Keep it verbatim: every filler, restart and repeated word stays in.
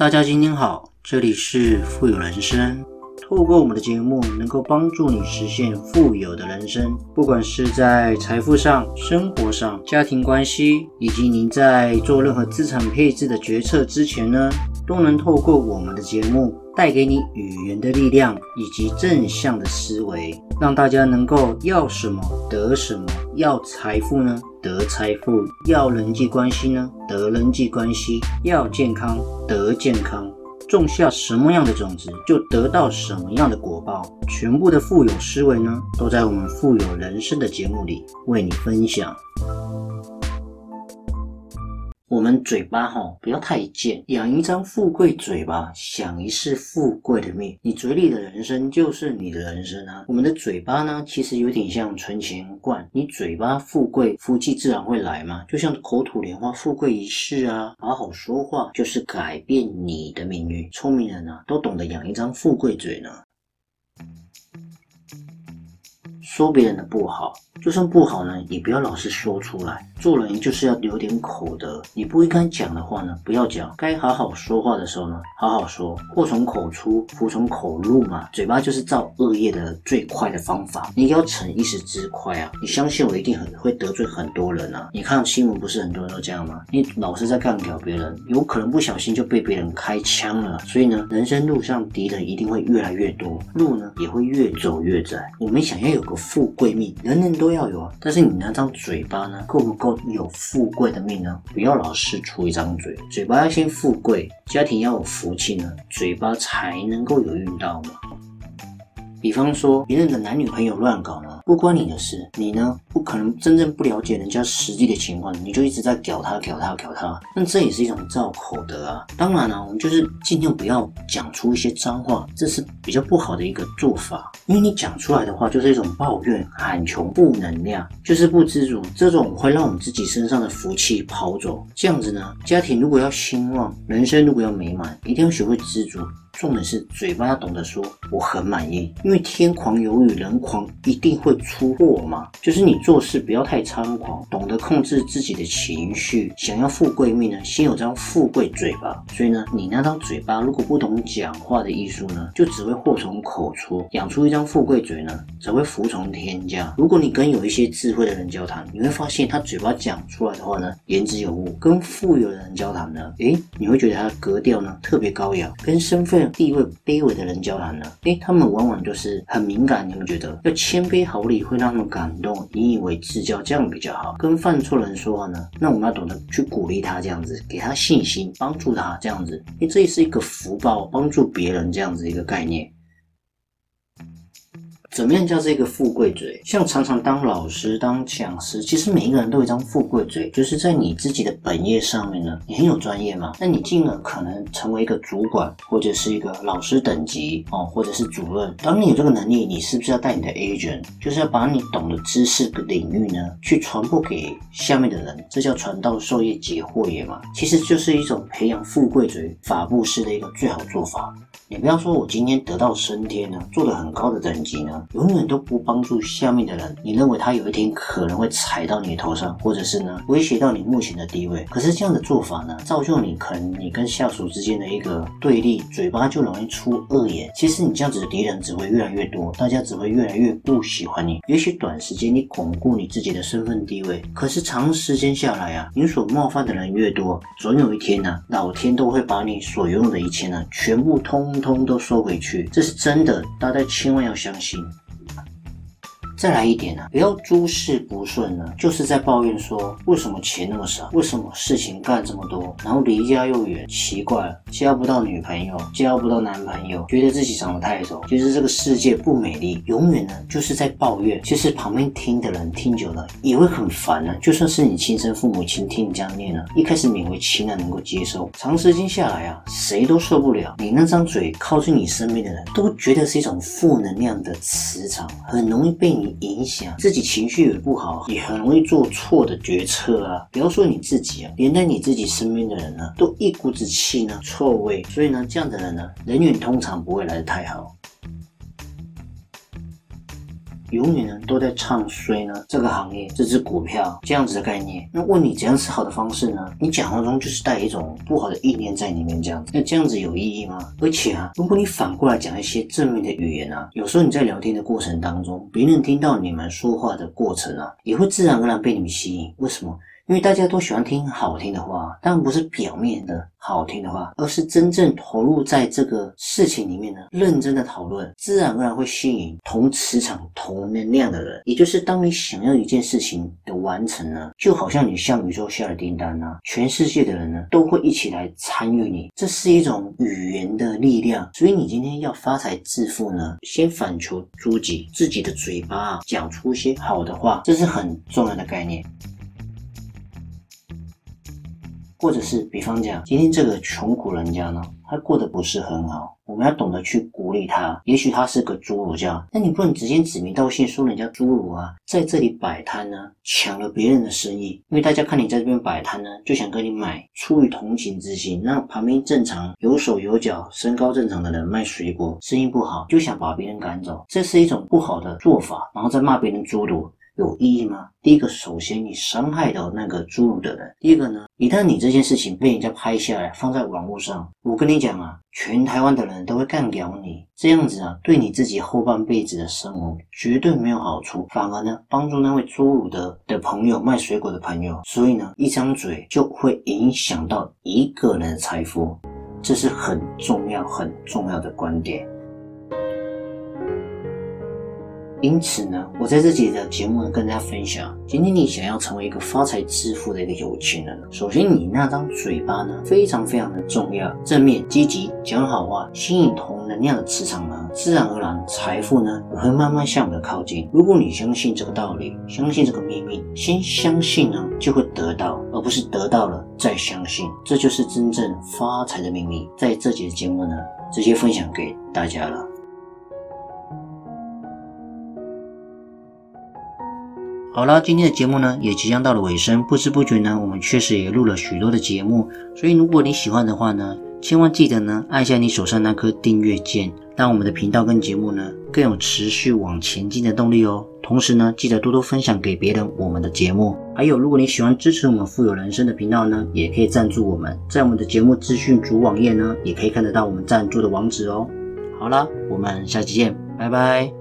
大家今天好，这里是富有人生。透过我们的节目，能够帮助你实现富有的人生，不管是在财富上、生活上、家庭关系，以及您在做任何资产配置的决策之前呢，都能透过我们的节目带给你语言的力量以及正向的思维，让大家能够要什么得什么，要财富呢得财富，要人际关系呢得人际关系，要健康得健康。种下什么样的种子，就得到什么样的果报。全部的富有思维呢，都在我们富有人生的节目里为你分享。我们嘴巴齁不要太贱，养一张富贵嘴巴，享一世富贵的命。你嘴里的人生就是你的人生啊。我们的嘴巴呢，其实有点像存钱罐，你嘴巴富贵，福气自然会来嘛。就像口吐莲花，富贵一世啊。好好说话就是改变你的命运。聪明人啊，都懂得养一张富贵嘴呢。说别人的不好，就算不好呢，也不要老是说出来。做人就是要留点口德，你不应该讲的话呢，不要讲。该好好说话的时候呢，好好说。祸从口出，福从口入嘛。嘴巴就是造恶业的最快的方法。你要逞一时之快啊！你相信我，一定很会得罪很多人啊。你看新闻不是很多人都这样吗？你老是在干掉别人，有可能不小心就被别人开枪了。所以呢，人生路上敌人一定会越来越多，路呢也会越走越窄。我们想要有个富贵命，人人都要有啊。但是你那张嘴巴呢，够不够有富贵的命呢？不要老是出一张嘴，嘴巴要先富贵，家庭要有福气呢，嘴巴才能够有运到嘛。比方说别人的男女朋友乱搞呢，不关你的事，你呢不可能真正不了解人家实际的情况，你就一直在屌他屌他屌他，那这也是一种造口德啊。当然了，我们就是尽量不要讲出一些脏话，这是比较不好的一个做法，因为你讲出来的话就是一种抱怨、喊穷、负能量，就是不知足，这种会让我们自己身上的福气跑走。这样子呢，家庭如果要兴旺，人生如果要美满，一定要学会知足。重点是嘴巴要懂得说我很满意，因为天狂有雨，人狂一定会出祸嘛。就是你做事不要太猖狂，懂得控制自己的情绪。想要富贵命呢，先有张富贵嘴巴。所以呢，你那张嘴巴如果不懂讲话的艺术呢，就只会祸从口出。养出一张富贵嘴呢，才会福从天降。如果你跟有一些智慧的人交谈，你会发现他嘴巴讲出来的话呢，言之有物。跟富有的人交谈呢，诶，你会觉得他的格调呢特别高雅。跟身份地位卑微的人交谈呢，诶，他们往往就是很敏感。你们觉得要谦卑好礼会让他们感动，引以为自教，这样比较好。跟犯错人说话呢，那我们要懂得去鼓励他，这样子给他信心，帮助他这样子，诶，这也是一个福报，帮助别人这样子一个概念。怎么样叫这个富贵嘴？像常常当老师、当讲师，其实每一个人都有一张富贵嘴，就是在你自己的本业上面呢，你很有专业嘛，那你进而可能成为一个主管，或者是一个老师等级哦，或者是主任。当你有这个能力，你是不是要带你的 agent， 就是要把你懂的知识的领域呢，去传播给下面的人，这叫传道授业解惑也嘛。其实就是一种培养富贵嘴法布施的一个最好做法。你不要说我今天得道升天呢，做得很高的等级呢，永远都不帮助下面的人，你认为他有一天可能会踩到你的头上，或者是呢威胁到你目前的地位。可是这样的做法呢，造就你可能你跟下属之间的一个对立，嘴巴就容易出恶言。其实你这样子的敌人只会越来越多，大家只会越来越不喜欢你。也许短时间你巩固你自己的身份地位，可是长时间下来啊，你所冒犯的人越多，总有一天呢，老天都会把你所拥有的一切呢，全部通通都收回去，这是真的，大家千万要相信。再来一点啊，不要诸事不顺呢，就是在抱怨说为什么钱那么少，为什么事情干这么多，然后离家又远，奇怪了，交不到女朋友，交不到男朋友，觉得自己长得太丑，觉得这个世界不美丽，永远呢就是在抱怨。其实旁边听的人听久了也会很烦呢，就算是你亲生父母亲听你这样念呢，一开始勉为其难能够接受，长时间下来啊，谁都受不了。你那张嘴靠近你身边的人都觉得是一种负能量的磁场，很容易被你影响，自己情绪也不好，也很容易做错的决策啊。不要说你自己啊，连带你自己身边的人呢，都一股子气呢，臭味。所以呢，这样的人呢，人缘通常不会来得太好。 永远呢都在唱衰呢这个行业这只股票这样子的概念。那问你怎样是好的方式呢？你讲话中就是带一种不好的意念在里面，这样子，那这样子有意义吗？而且啊，如果你反过来讲一些正面的语言啊，有时候你在聊天的过程当中，别人听到你们说话的过程啊，也会自然而然被你们吸引。为什么？因为大家都喜欢听好听的话，当然不是表面的好听的话，而是真正投入在这个事情里面呢，认真的讨论，自然而然会吸引同磁场同能量的人。也就是当你想要一件事情的完成呢，就好像你向宇宙下了订单啊，全世界的人呢都会一起来参与你，这是一种语言的力量。所以你今天要发财致富呢，先反求诸己，自己的嘴巴啊讲出一些好的话，这是很重要的概念。或者是比方讲，今天这个穷苦人家呢，他过得不是很好，我们要懂得去鼓励他。也许他是个侏儒家，那你不能直接指名道姓说人家侏儒啊，在这里摆摊呢，抢了别人的生意，因为大家看你在这边摆摊呢，就想跟你买，出于同情之心。那旁边正常有手有脚身高正常的人卖水果，生意不好，就想把别人赶走，这是一种不好的做法，然后再骂别人侏儒，有意义吗？第一个，首先你伤害到那个侏儒的人。第二个呢，一旦你这件事情被人家拍下来放在网络上，我跟你讲啊，全台湾的人都会干掉你，这样子啊，对你自己后半辈子的生活绝对没有好处，反而呢帮助那位侏儒的的朋友，卖水果的朋友。所以呢，一张嘴就会影响到一个人的财富，这是很重要很重要的观点。因此呢，我在这集的节目呢跟大家分享，今天你想要成为一个发财致富的一个有钱人，首先你那张嘴巴呢非常非常的重要，正面积极讲好话，吸引同能量的磁场呢，自然而然财富呢也会慢慢向我们靠近。如果你相信这个道理，相信这个秘密，先相信呢就会得到，而不是得到了再相信，这就是真正发财的秘密。在这集的节目呢直接分享给大家了。好啦，今天的节目呢也即将到了尾声，不知不觉呢我们确实也录了许多的节目，所以如果你喜欢的话呢，千万记得呢按下你手上那颗订阅键，让我们的频道跟节目呢更有持续往前进的动力哦。同时呢，记得多多分享给别人我们的节目。还有，如果你喜欢支持我们富有人生的频道呢，也可以赞助我们，在我们的节目资讯主网页呢也可以看得到我们赞助的网址哦。好啦，我们下期见，拜拜。